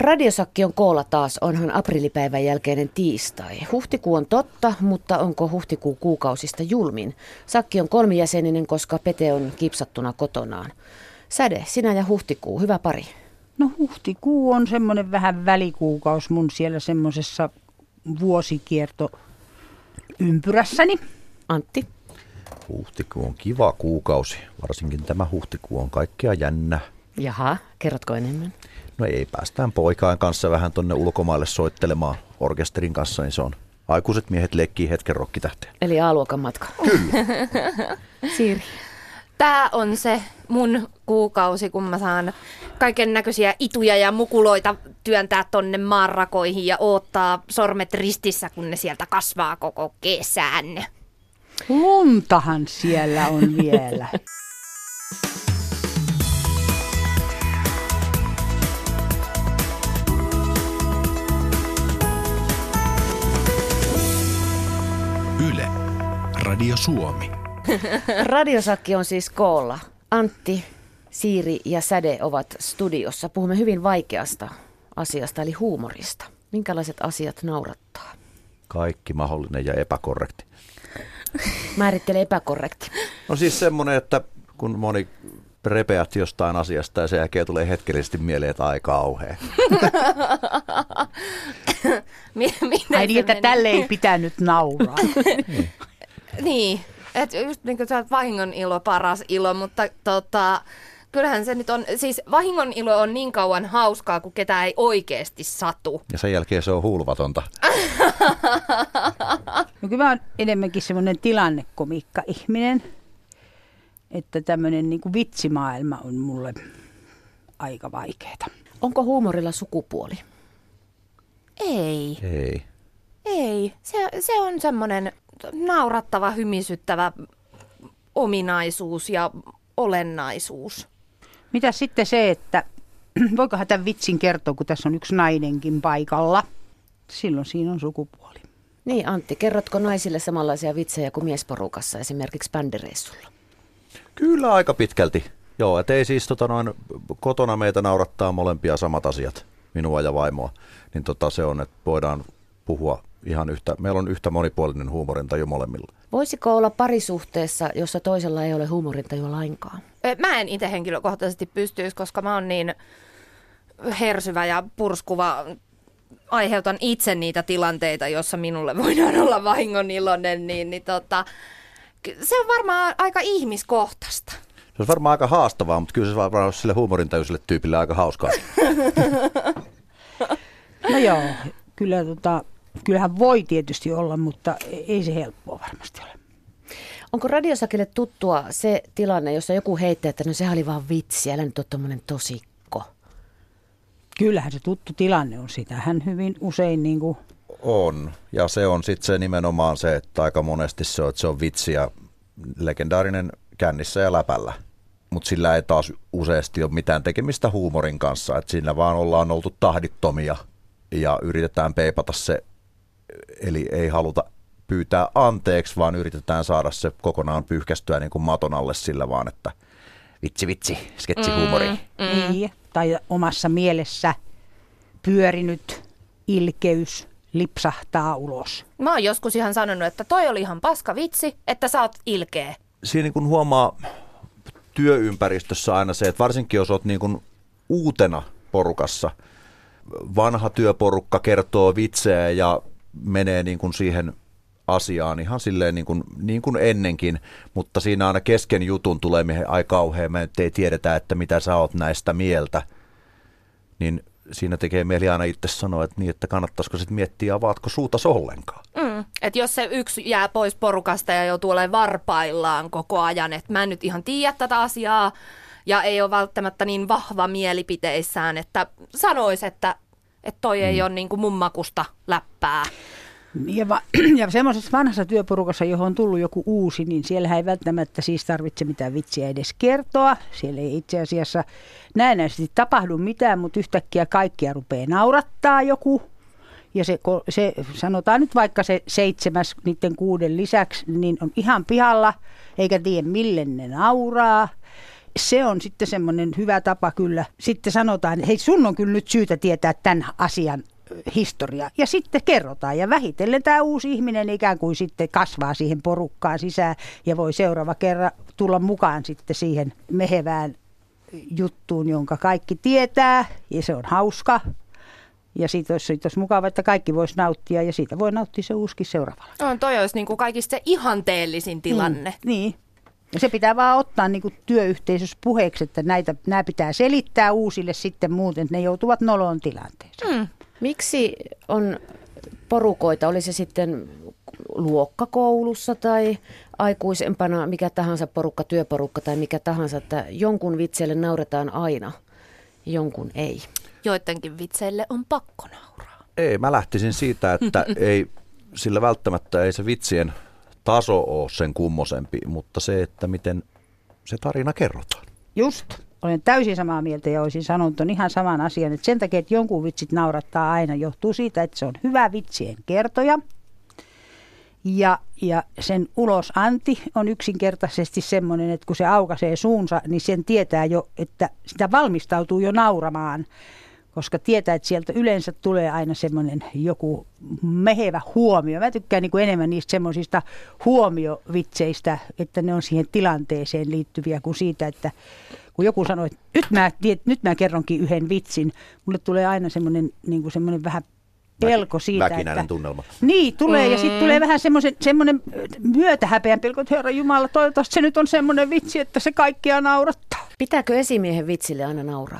Radiosakki on koolla taas, onhan aprillipäivän jälkeinen tiistai. Huhtikuu on totta, mutta onko huhtikuu kuukausista julmin? Sakki on kolmijäseninen, koska Pete on kipsattuna kotonaan. Säde, sinä ja huhtikuu, hyvä pari. No huhtikuu on semmoinen vähän välikuukaus mun siellä semmoisessa vuosikiertoympyrässäni. Antti? Huhtikuu on kiva kuukausi, varsinkin tämä huhtikuu on kaikkea jännä. Jaha, kerrotko enemmän? No ei, päästään poikain kanssa vähän tonne ulkomaille soittelemaan orkesterin kanssa, niin se on aikuiset miehet leikkii hetken rokkitähteä. Eli A-luokan matka. Kyllä. Siiri? Tää on se mun kuukausi, kun mä saan kaiken näköisiä ituja ja mukuloita työntää tonne maanrakoihin ja oottaa sormet ristissä, kun ne sieltä kasvaa koko kesän. Luntahan siellä on vielä. Yle, Radio Suomi. Radiosakki on siis koolla. Antti, Siiri ja Säde ovat studiossa. Puhumme hyvin vaikeasta asiasta, eli huumorista. Minkälaiset asiat naurattaa? Kaikki mahdollinen ja epäkorrekti. Määrittele epäkorrekti. No siis semmoinen, että kun moni repeät jostain asiasta ja sen jälkeen tulee hetkellisesti mieleen, että aika kauhea. Ai niin, että tälle ei pitänyt nauraa. Niin, että just niin kuin sä oot vahingon ilo paras ilo, mutta kyllähän se nyt on, siis vahingon ilo on niin kauan hauskaa, kun ketään ei oikeasti satu. Ja sen jälkeen se on hulvatonta. No kyllä mä oon enemmänkin semmoinen tilannekomiikka-ihminen, että tämmöinen niin kuin vitsimaailma on mulle aika vaikeeta. Onko huumorilla sukupuoli? Ei. Ei. Ei. Se on semmoinen naurattava, hymisyttävä ominaisuus ja olennaisuus. Mitä sitten se, että voikohan tämän vitsin kertoa, kun tässä on yksi nainenkin paikalla? Silloin siinä on sukupuoli. Niin Antti, kerrotko naisille samanlaisia vitsejä kuin miesporukassa, esimerkiksi bändireissulla? Kyllä aika pitkälti. Joo, et ei siis kotona meitä naurattaa molempia samat asiat, minua ja vaimoa. Niin se on, että voidaan puhua ihan yhtä, meillä on yhtä monipuolinen huumorintaju molemmilla. Voisiko olla parisuhteessa, jossa toisella ei ole huumorintajua lainkaan? Mä en itse henkilökohtaisesti pystyisi, koska mä oon niin hersyvä ja purskuva. Aiheutan itse niitä tilanteita, jossa minulle voidaan olla vahingon iloinen, se on varmaan aika ihmiskohtaista. Se on varmaan aika haastavaa, mutta kyllä se varmaan sille huumorintajuiselle tyypille aika hauskaa. No joo, kyllähän voi tietysti olla, mutta ei se helppoa varmasti ole. Onko Radiosakille tuttua se tilanne, jossa joku heittää, että no sehän oli vaan vitsi, älä nyt ole tommoinen tosikko? Kyllähän se tuttu tilanne on sitä. Hän hyvin usein niin kuin... On, ja se on sitten se nimenomaan se, että aika monesti se on vitsi ja legendaarinen kännissä ja läpällä. Mutta sillä ei taas useasti ole mitään tekemistä huumorin kanssa, että siinä vaan ollaan oltu tahdittomia ja yritetään peipata se, eli ei haluta pyytää anteeksi, vaan yritetään saada se kokonaan pyyhkästyä niin kuin maton alle sillä vaan, että vitsi, sketsihuumori. Niin, tai omassa mielessä pyörinyt ilkeys lipsahtaa ulos. Mä oon joskus ihan sanonut, että toi oli ihan paska vitsi, että sä oot ilkeä. Siinä niin kuin huomaa työympäristössä aina se, että varsinkin jos oot niin kuin uutena porukassa, vanha työporukka kertoo vitsejä ja menee niin kuin siihen asiaan ihan silleen niin kuin ennenkin, mutta siinä aina kesken jutun tulee mihin ai kauhean, me ei tiedetä, että mitä sä oot näistä mieltä, niin siinä tekee mieli aina itse sanoa, että kannattaisiko sitten miettiä, avaatko suutas ollenkaan. Että jos se yksi jää pois porukasta ja joutuu olemaan varpaillaan koko ajan, että mä en nyt ihan tiedä tätä asiaa ja ei ole välttämättä niin vahva mielipiteissään, että sanoisi, että toi ei ole niin kuin mun makusta läppää. Ja semmoisessa vanhassa työporukassa, johon on tullut joku uusi, niin siellä ei välttämättä siis tarvitse mitään vitsiä edes kertoa. Siellä ei itse asiassa näennäisesti tapahdu mitään, mutta yhtäkkiä kaikkia rupeaa naurattaa joku. Ja se sanotaan nyt vaikka se 7 niiden 6 lisäksi, niin on ihan pihalla, eikä tiedä mille ne nauraa. se on sitten semmoinen hyvä tapa kyllä. Sitten sanotaan, että hei, sun on kyllä nyt syytä tietää tämän asian historia. Ja sitten kerrotaan ja vähitellen tämä uusi ihminen ikään kuin sitten kasvaa siihen porukkaan sisään ja voi seuraava kerran tulla mukaan sitten siihen mehevään juttuun, jonka kaikki tietää ja se on hauska. Ja siitä olisi mukava, että kaikki voisi nauttia ja siitä voi nauttia se uuskin seuraavalla. No, toi olisi niin kuin kaikista se ihanteellisin tilanne. Niin. Ja se pitää vaan ottaa niin kuin työyhteisössä puheeksi, että nämä pitää selittää uusille sitten muuten, että ne joutuvat noloon tilanteeseen. Miksi on porukoita, oli se sitten luokkakoulussa tai aikuisempana mikä tahansa porukka, työporukka tai mikä tahansa, että jonkun vitseille nauretaan aina, jonkun ei? Joidenkin vitseille on pakko nauraa. Ei, mä lähtisin siitä, että sillä välttämättä ei se vitsien taso ole sen kummosempi, mutta se, että miten se tarina kerrotaan. Just. Olen täysin samaa mieltä ja olisin sanonut on ihan saman asian, että sen takia, että jonkun vitsit naurattaa aina, johtuu siitä, että se on hyvä vitsien kertoja. Ja sen ulosanti on yksinkertaisesti semmoinen, että kun se aukaisee suunsa, niin sen tietää jo, että sitä valmistautuu jo nauramaan. Koska tietää, että sieltä yleensä tulee aina semmoinen joku mehevä huomio. Mä tykkään niin kuin enemmän niistä semmoisista huomiovitseistä, että ne on siihen tilanteeseen liittyviä kuin siitä, että kun joku sanoo, että nyt mä kerronkin yhden vitsin, mulle tulee aina semmoinen, niin kuin semmoinen vähän pelko siitä, väkinäinen tunnelma. Niin, tulee ja sitten tulee vähän semmoinen myötähäpeän pelko, että Herra Jumala, toivottavasti se nyt on semmoinen vitsi, että se kaikkia naurattaa. Pitääkö esimiehen vitsille aina nauraa?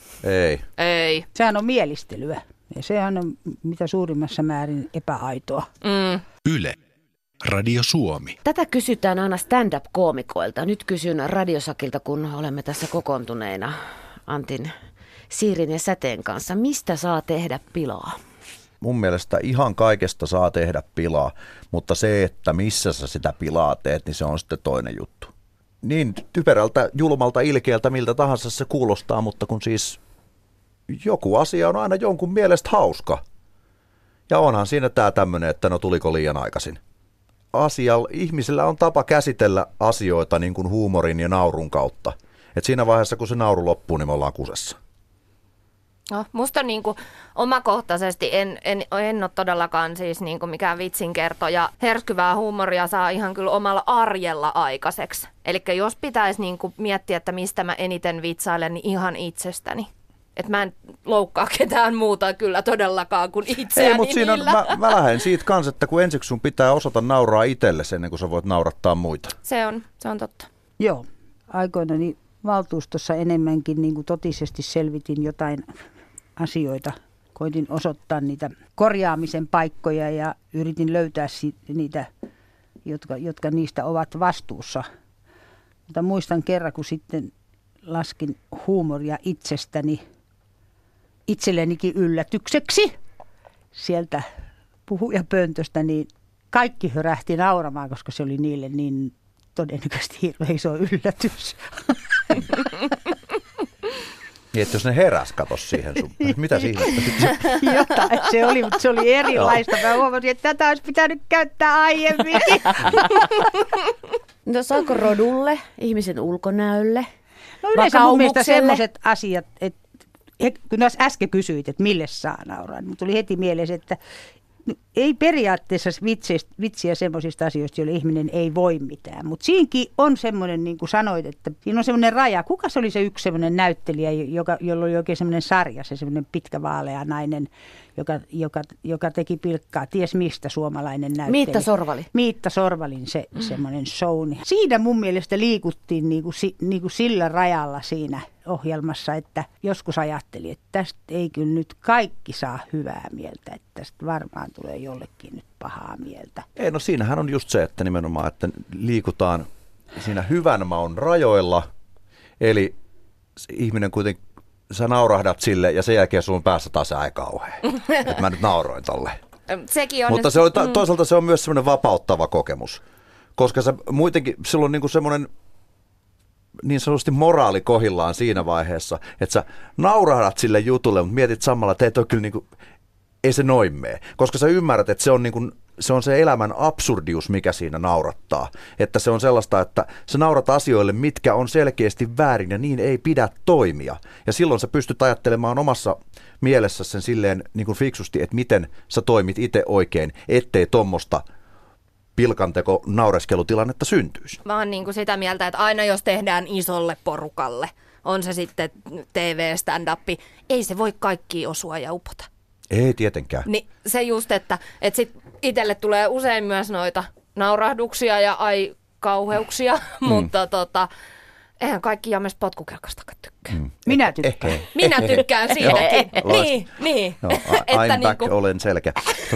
Ei. Sehän on mielistelyä ja sehän on mitä suurimmassa määrin epäaitoa. Yle. Radio Suomi. Tätä kysytään aina stand-up-koomikoilta. Nyt kysyn Radiosakilta, kun olemme tässä kokoontuneina Antin, Siirin ja Säteen kanssa. Mistä saa tehdä pilaa? Mun mielestä ihan kaikesta saa tehdä pilaa, mutta se, että missä sä sitä pilaa teet, niin se on sitten toinen juttu. Niin typerältä, julmalta, ilkeältä, miltä tahansa se kuulostaa, mutta kun siis joku asia on aina jonkun mielestä hauska. Ja onhan siinä tää tämmönen, että no tuliko liian aikaisin. Ihmisillä on tapa käsitellä asioita niin kuin huumorin ja naurun kautta. Et siinä vaiheessa, kun se nauru loppuu, niin me ollaan kusessa. No, musta niin kuin omakohtaisesti en ole todellakaan siis niin kuin mikään vitsinkertoja. Herskyvää huumoria saa ihan kyllä omalla arjella aikaiseksi. Eli jos pitäisi niin kuin miettiä, että mistä mä eniten vitsailen, niin ihan itsestäni. Että mä en loukkaa ketään muuta kyllä todellakaan kuin itseäni. Ei, mutta siinä mä lähden siitä kanssa, että kun ensiksi sun pitää osata nauraa itsellesi ennen kuin sä voit naurattaa muita. Se on totta. Joo, aikoinani valtuustossa enemmänkin niin kuin totisesti selvitin jotain asioita. Koitin osoittaa niitä korjaamisen paikkoja ja yritin löytää niitä, jotka niistä ovat vastuussa. Mutta muistan kerran, kun sitten laskin huumoria itsellenikin yllätykseksi sieltä puhujapöntöstä, niin kaikki hörähti nauramaan, koska se oli niille niin todennäköisesti hirveän iso yllätys. Niin, että jos ne heräs, kato siihen sun. Mitä siinä? Jotain se oli erilaista. Mä huomasin, että tätä olisi pitänyt käyttää aiemmin. No saako rodulle, ihmisen ulkonäölle, no yleensä mun mielestä sellaiset asiat, että kun äsken kysyit, että mille saa nauraa, niin tuli heti mieleen, että ei periaatteessa vitsiä semmoisista asioista, joille ihminen ei voi mitään. Mutta siinäkin on semmoinen, niin kuin sanoit, että siinä on semmoinen raja. Kuka se oli se yksi semmoinen näyttelijä, jolla oli oikein semmoinen sarja, se semmoinen pitkä vaalea nainen, joka teki pilkkaa, ties mistä suomalainen näyttelijä. Miitta Sorvalin se semmoinen show. Siinä mun mielestä liikuttiin niin kuin sillä rajalla siinä ohjelmassa, että joskus ajattelin, että tästä ei kyllä nyt kaikki saa hyvää mieltä, että tästä varmaan tulee jollekin nyt pahaa mieltä. Ei, no siinähän on just se, että nimenomaan, että liikutaan siinä hyvän maun rajoilla, eli ihminen kuitenkin, sä naurahdat sille ja sen jälkeen sun päässä taas se kauhean, että mä nyt nauroin tolle. Sekin on. Mutta se on, toisaalta se on myös semmoinen vapauttava kokemus, koska sä muitenkin, silloin niinku semmoinen niin sanotusti moraali kohillaan siinä vaiheessa, että sä naurahdat sille jutulle, mutta mietit samalla, että ei toi kyllä niinku, ei se noin mene. Koska sä ymmärrät, että se on niinku se on se elämän absurdius, mikä siinä naurattaa. Että se on sellaista, että sä naurat asioille, mitkä on selkeästi väärin ja niin ei pidä toimia. Ja silloin sä pystyt ajattelemaan omassa mielessä sen silleen niin kuin fiksusti, että miten sä toimit itse oikein, ettei tommosta pilkanteko naureskelutilannetta syntyisi. Mä oon niin kuin sitä mieltä, että aina jos tehdään isolle porukalle, on se sitten TV-stand-up, ei se voi kaikkiin osua ja upota. Ei tietenkään. Niin se just, että sit itselle tulee usein myös noita naurahduksia ja kauheuksia, mutta eihän kaikki James potkukelkastakaan tykkää. Minä tykkään. Minä tykkään siitäkin. niin. No, että I'm back, olen selkä.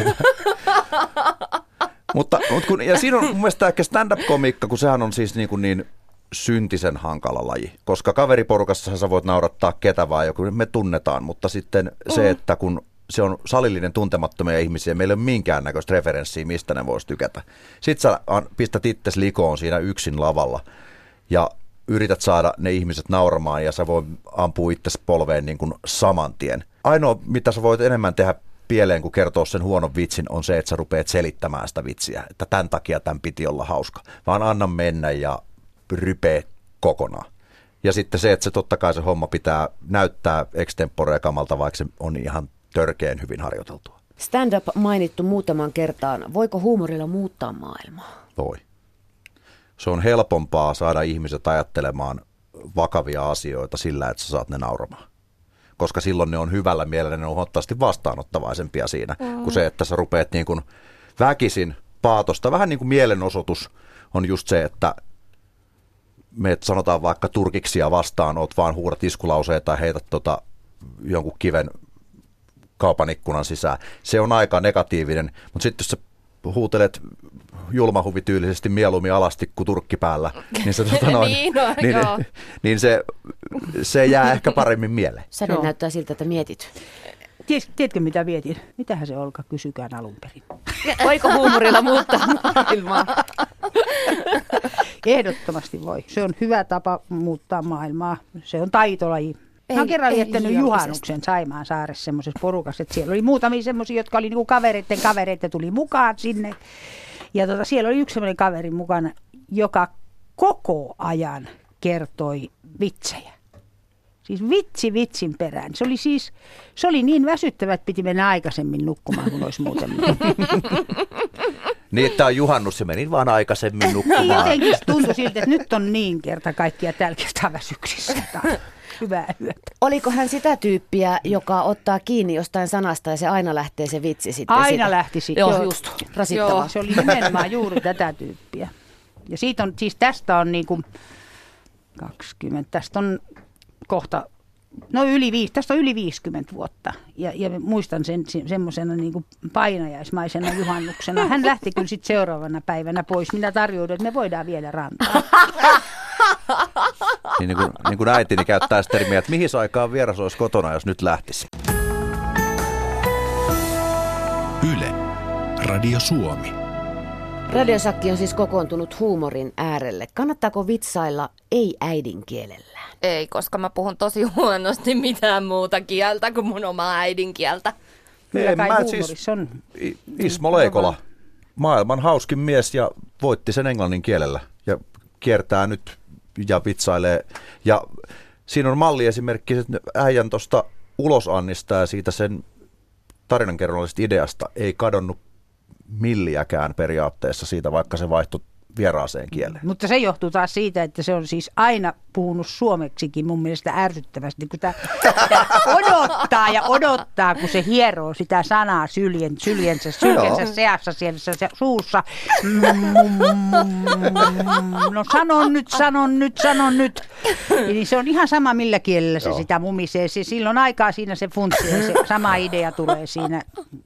Mutta ja siinä on mun mielestä ehkä stand-up-komiikka, kun sehän on siis niin syntisen hankala laji. Koska kaveriporukassa sä voit naurattaa ketä vaan, joku me tunnetaan, mutta sitten se, että kun se on salillinen tuntemattomia ihmisiä, meillä ei ole minkäännäköistä referenssiä, mistä ne voisi tykätä. Sitten sä pistät itses likoon siinä yksin lavalla ja yrität saada ne ihmiset nauramaan ja sä voi ampua itsesi polveen niin kuin saman tien. Ainoa, mitä sä voit enemmän tehdä pieleen, kun kertoo sen huonon vitsin, on se, että sä rupeat selittämään sitä vitsiä, että tämän takia tämän piti olla hauska. Vaan anna mennä ja rypee kokonaan. Ja sitten se, että se totta kai se homma pitää näyttää extemporea kamalta, vaikka se on ihan törkeän hyvin harjoiteltua. Stand-up mainittu muutaman kertaan. Voiko huumorilla muuttaa maailmaa? Voi. Se on helpompaa saada ihmiset ajattelemaan vakavia asioita sillä, että sä saat ne nauramaan. Koska silloin ne on hyvällä mielellä, ne on huomattavasti vastaanottavaisempia siinä, kuin se, että sä rupeat niin kuin väkisin paatosta. Vähän niin kuin mielenosoitus on just se, että meet sanotaan vaikka turkiksia vastaan, oot vaan huudat iskulauseita tai heität jonkun kiven kaupan ikkunan sisään. Se on aika negatiivinen, mutta sitten jos sä huutelet julmahuvityylisesti mieluummin alasti kuin turkki päällä, niin se, niin se jää ehkä paremmin mieleen. Säde näyttää siltä, että mietit. Tiedätkö mitä vietin? Mitähän se Olka kysykään alun perin? Voiko huumorilla muuttaa maailmaa? Ehdottomasti voi. Se on hyvä tapa muuttaa maailmaa. Se on taitolaji. Mä oon kerran viettänyt juhannuksen Saimaansaaressa semmoisessa porukassa, että siellä oli muutamia semmoisia, jotka oli niinku kavereita tuli mukaan sinne. Ja siellä oli yksi semmoinen kaveri mukana, joka koko ajan kertoi vitsejä. Siis vitsin perään. Se oli niin väsyttävä, että piti mennä aikaisemmin nukkumaan, kun olisi muuten Niin, että on juhannus ja menin vaan aikaisemmin nukkumaan. Jotenkin tuntui siltä, että nyt on niin kerta kaikkia tällä kertaa väsyksissä. Hyvää yötä. Oliko hän sitä tyyppiä, joka ottaa kiinni jostain sanasta ja se aina lähtee se vitsi sitten? Aina lähti siitä. Joo, just. Rasittavaa. Joo, se oli nimenomaan juuri tätä tyyppiä. Ja siitä on, siis tästä on niinku 20, tästä on kohta, tästä on yli 50 vuotta. Ja muistan sen semmoisena niinku painajaismaisena juhannuksena. Hän lähti kyllä sitten seuraavana päivänä pois. Minä tarjoudun, että me voidaan viedä rantaan. Niin kuin äitini käyttää sitä termiä, että mihin aikaan vieras olisi kotona, jos nyt lähtisi. Yle, Radio Suomi. Radiosakki on siis kokoontunut huumorin äärelle. Kannattaako vitsailla ei äidinkielellään? Ei, koska mä puhun tosi huonosti mitään muuta kieltä kuin mun omaa äidinkieltä. Kyllä kai huumorissa on. Ismo Leikola, maailman hauskin mies ja voitti sen englannin kielellä ja kiertää nyt ja vitsailee. Ja siinä on malliesimerkki äijän tuosta ulosannista ja siitä sen tarinankerronnallisesta ideasta ei kadonnut milliäkään periaatteessa siitä, vaikka se vaihtui vieraaseen kieleen. Mutta se johtuu taas siitä, että se on siis aina puhunut suomeksikin mun mielestä ärsyttävästi, kun tämä odottaa, kun se hieroo sitä sanaa syljensä seassa siellä suussa. No sanon nyt. Eli se on ihan sama, millä kielellä se sitä mumisee. Silloin aikaa siinä se funtsii ja se sama idea tulee siinä.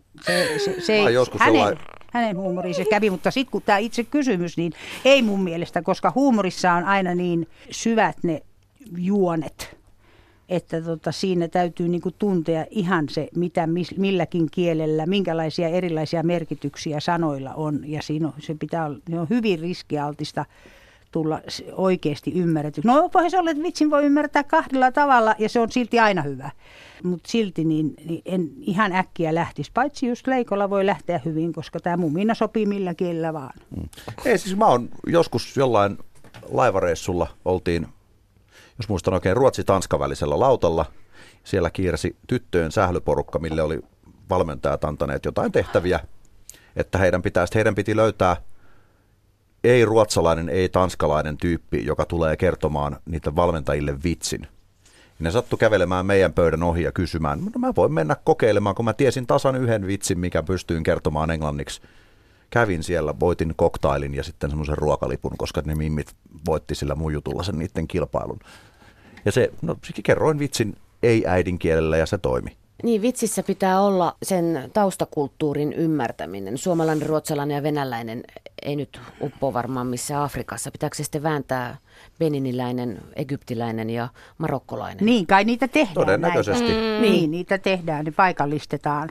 Hänen huumoriinsa kävi, mutta sitten kun tämä itse kysymys, niin ei mun mielestä, koska huumorissa on aina niin syvät ne juonet, että siinä täytyy niinku tuntea ihan se, mitä milläkin kielellä, minkälaisia erilaisia merkityksiä sanoilla on. Ja se on hyvin riskialtista tulla oikeasti ymmärretyksi. No voihan se olla, että vitsin voi ymmärtää 2 tavalla ja se on silti aina hyvä. Mutta silti niin en ihan äkkiä lähtisi. Paitsi just leikolla voi lähteä hyvin, koska tämä mumina sopii millä kielellä vaan. Ei siis mä oon joskus jollain laivareissulla oltiin, jos muistan oikein, Ruotsi-Tanska välisellä lautalla. Siellä kiirsi tyttöjen sählyporukka, mille oli valmentajat antaneet jotain tehtäviä, että heidän piti löytää ei ruotsalainen, ei tanskalainen tyyppi, joka tulee kertomaan niitä valmentajille vitsin. Ne sattu kävelemään meidän pöydän ohi ja kysymään, no mä voin mennä kokeilemaan, kun mä tiesin tasan yhden vitsin, mikä pystyin kertomaan englanniksi. Kävin siellä, voitin koktailin ja sitten semmoisen ruokalipun, koska ne mimmit voitti sillä mun jutulla sen niiden kilpailun. Ja kerroin vitsin ei äidinkielellä ja se toimi. Niin, vitsissä pitää olla sen taustakulttuurin ymmärtäminen. Suomalainen, ruotsalainen ja venäläinen ei nyt uppoa varmaan missään Afrikassa. Pitääkö se sitten vääntää beniniläinen, egyptiläinen ja marokkolainen? Niin, kai niitä tehdään. Todennäköisesti. Niin, niitä tehdään, ne paikallistetaan.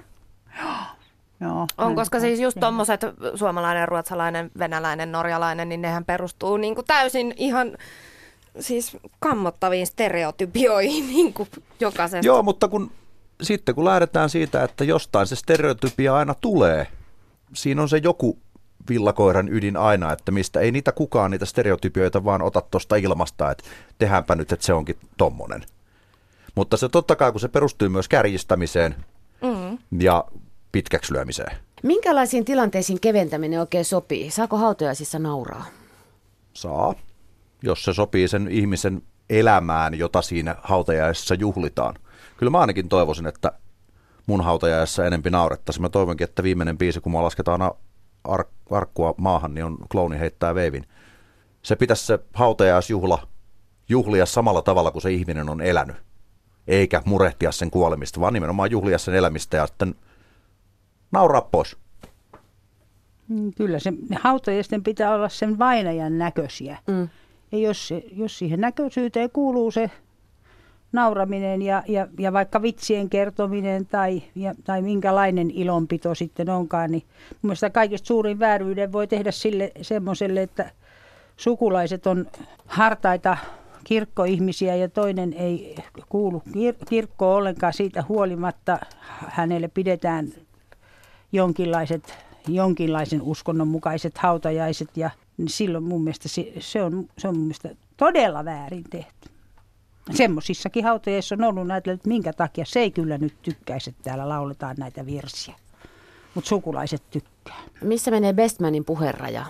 Joo, koska siis just tommoset suomalainen, ruotsalainen, venäläinen, norjalainen, niin nehän perustuu niin kuin täysin ihan siis kammottaviin stereotypioihin niin kuin jokaisesta. Joo, mutta kun lähdetään siitä, että jostain se stereotypia aina tulee, siinä on se joku villakoiran ydin aina, että mistä ei niitä kukaan niitä stereotypioita vaan ota tuosta ilmasta, että tehdäänpä nyt, että se onkin tommonen. Mutta se totta kai, kun se perustuu myös kärjistämiseen ja pitkäksi lyömiseen. Minkälaisiin tilanteisiin keventäminen oikein sopii? Saako hautajaisissa nauraa? Saa, jos se sopii sen ihmisen elämään, jota siinä hautajaisissa juhlitaan. Kyllä mä ainakin toivoisin, että mun hautajaisessa enempi naurettaisiin. Mä toivonkin, että viimeinen biisi, kun mä lasketaan arkkua maahan, niin on Klouni heittää veivin. Se pitäisi se hautajaisjuhla juhlia samalla tavalla kuin se ihminen on elänyt. Eikä murehtia sen kuolemista, vaan nimenomaan juhlia sen elämistä ja sitten nauraa pois. Kyllä se hautajaisten pitää olla sen vainajan näköisiä. Ja jos siihen näköisyyteen kuuluu se nauraminen ja vaikka vitsien kertominen tai minkälainen ilonpito sitten onkaan, niin mun mielestä kaikista suurin vääryyden voi tehdä sille semmoiselle, että sukulaiset on hartaita kirkkoihmisiä ja toinen ei kuulu kirkkoon ollenkaan, siitä huolimatta hänelle pidetään jonkinlaisen uskonnon mukaiset hautajaiset ja silloin mun mielestä se on mun mielestä todella väärin tehty. Semmoisissakin hautajaisissa on ollut näitä, että minkä takia se ei kyllä nyt tykkäisi, että täällä lauletaan näitä virsiä. Mutta sukulaiset tykkää. Missä menee Bestmanin puheraja?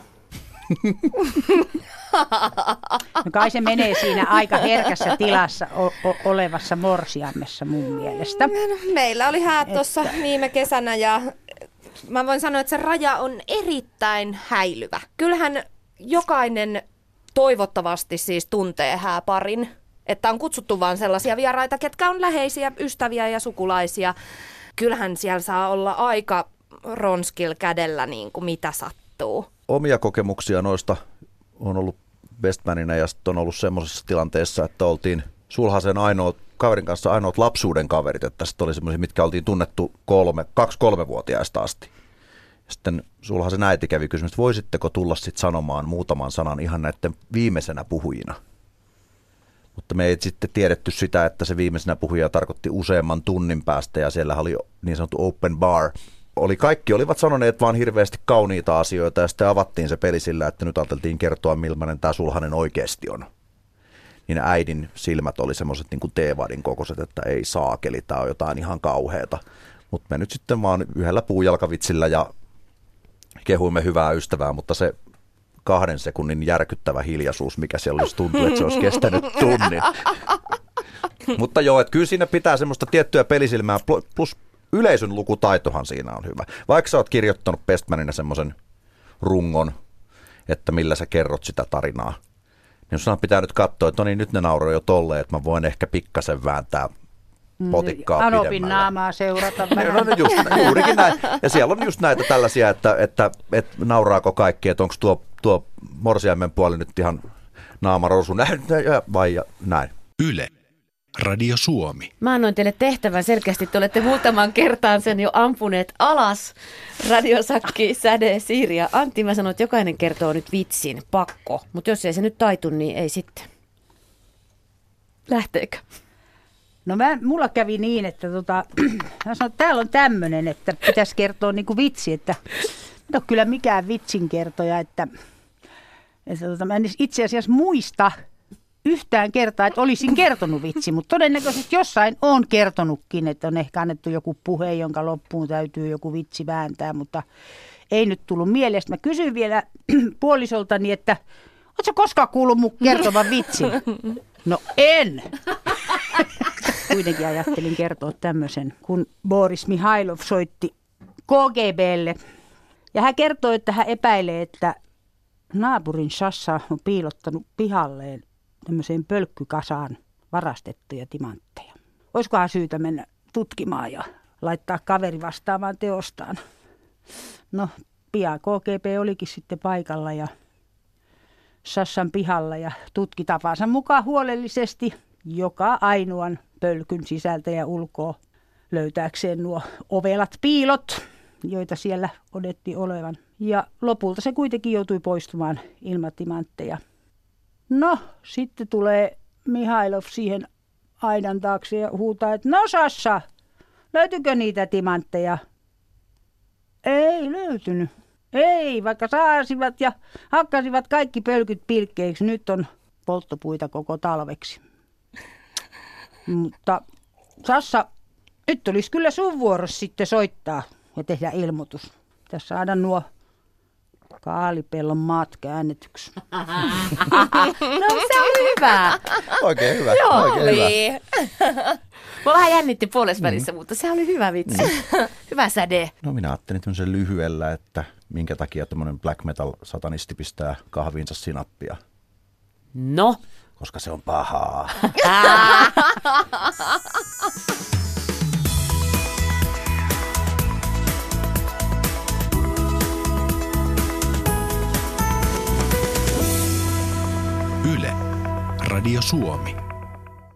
No kai se menee siinä aika herkässä tilassa olevassa morsiammessa mun mielestä. Meillä oli häät tuossa viime kesänä ja mä voin sanoa, että se raja on erittäin häilyvä. Kyllähän jokainen toivottavasti siis tuntee hääparin. Että on kutsuttu vaan sellaisia vieraita, ketkä on läheisiä, ystäviä ja sukulaisia. Kyllähän siellä saa olla aika ronskil kädellä niin kuin mitä sattuu. Omia kokemuksia noista on ollut Bestmanina ja sitten on ollut semmoisessa tilanteessa, että oltiin sulhasen kaverin kanssa ainoat lapsuuden kaverit. Että sitten oli semmoisia, mitkä oltiin tunnettu 2-3-vuotiaista asti. Sitten sulhasen äiti kävi kysymys, että voisitteko tulla sitten sanomaan muutaman sanan ihan näiden viimeisenä puhujina. Mutta me ei sitten tiedetty sitä, että se viimeisenä puhuja tarkoitti useamman tunnin päästä ja siellä oli niin sanottu open bar. Kaikki olivat sanoneet vaan hirveästi kauniita asioita ja sitten avattiin se peli sillä, että nyt ajateltiin kertoa, millainen tämä sulhanen oikeasti on. Niin äidin silmät oli semmoiset niin kuin teevadin kokoiset, että ei saakeli, tämä on jotain ihan kauheata. Mutta me nyt sitten vaan yhdellä puujalkavitsillä ja kehuimme hyvää ystävää, mutta se 2 sekunnin järkyttävä hiljaisuus, mikä siellä olisi tuntuu, että se olisi kestänyt tunnin. Mutta joo, että kyllä siinä pitää semmoista tiettyä pelisilmää, plus yleisön lukutaitohan siinä on hyvä. Vaikka sä oot kirjoittanut Bestmanina semmoisen rungon, että millä sä kerrot sitä tarinaa, niin sun pitää nyt katsoa, että no niin, nyt ne nauroi jo tolleen, että mä voin ehkä pikkasen vääntää potikkaa pidemmälle. Anopin naamaa seurata. No juurikin näin. Ja siellä on just näitä tällaisia, että nauraako kaikki, että onko tuo morsiaimen puoli nyt ihan naamarosu vai näin. Yle. Radio Suomi. Mä annoin teille tehtävän selkeästi. Te olette muutaman kertaan sen jo ampuneet alas. Radiosakki, Säde, Siiri ja Antti. Mä sanoin, että jokainen kertoo nyt vitsin. Pakko. Mutta jos ei se nyt taitu, niin ei sitten. Lähteekö? No mulla kävi niin, että mä sanoin, että täällä on tämmöinen, että pitäisi kertoa niinku vitsi, että en ole kyllä mikään vitsinkertoja, että mä en itse asiassa muista yhtään kertaa, että olisin kertonut vitsi, mutta todennäköisesti jossain on kertonutkin, että on ehkä annettu joku puhe, jonka loppuun täytyy joku vitsi vääntää, mutta ei nyt tullut mielestä. Mä kysyin vielä puolisoltani, että ootko koskaan kuullut mun kertovan vitsin? No en! Kuitenkin ajattelin kertoa tämmöisen, kun Boris Mihailov soitti KGB:lle. Ja hän kertoi, että hän epäilee, että naapurin Sassa on piilottanut pihalleen tämmöiseen pölkkykasaan varastettuja timantteja. Olisikohan syytä mennä tutkimaan ja laittaa kaveri vastaamaan teostaan? No, pian KGB olikin sitten paikalla ja Sassan pihalla ja tutki tapansa mukaan huolellisesti joka ainoan pölkyn sisältä ja ulkoa löytääkseen nuo ovelat piilot, joita siellä odettiin olevan. Ja lopulta se kuitenkin joutui poistumaan ilman timantteja. No, sitten tulee Mihailov siihen aidan taakse ja huutaa, että no Sassa, löytyykö niitä timantteja? Ei löytynyt. Ei, vaikka saasivat ja hakkasivat kaikki pölkyt pilkkeiksi. Nyt on polttopuita koko talveksi. Mutta Sassa, nyt olisi kyllä sun vuorossa sitten soittaa ja tehdä ilmoitus. Pitäisi saada nuo kaalipellon maat käännetyksi. No se oli hyvä. Oikein hyvä. Joo, oikein hyvä. Mä vähän jännitti puolesvälissä, mutta se oli hyvä vitsi. Hyvä Säde. No minä ajattelin tämmöisen lyhyellä, että minkä takia tämmöinen black metal satanisti pistää kahviinsa sinappia. No. Koska se on pahaa. Yle, Radio Suomi.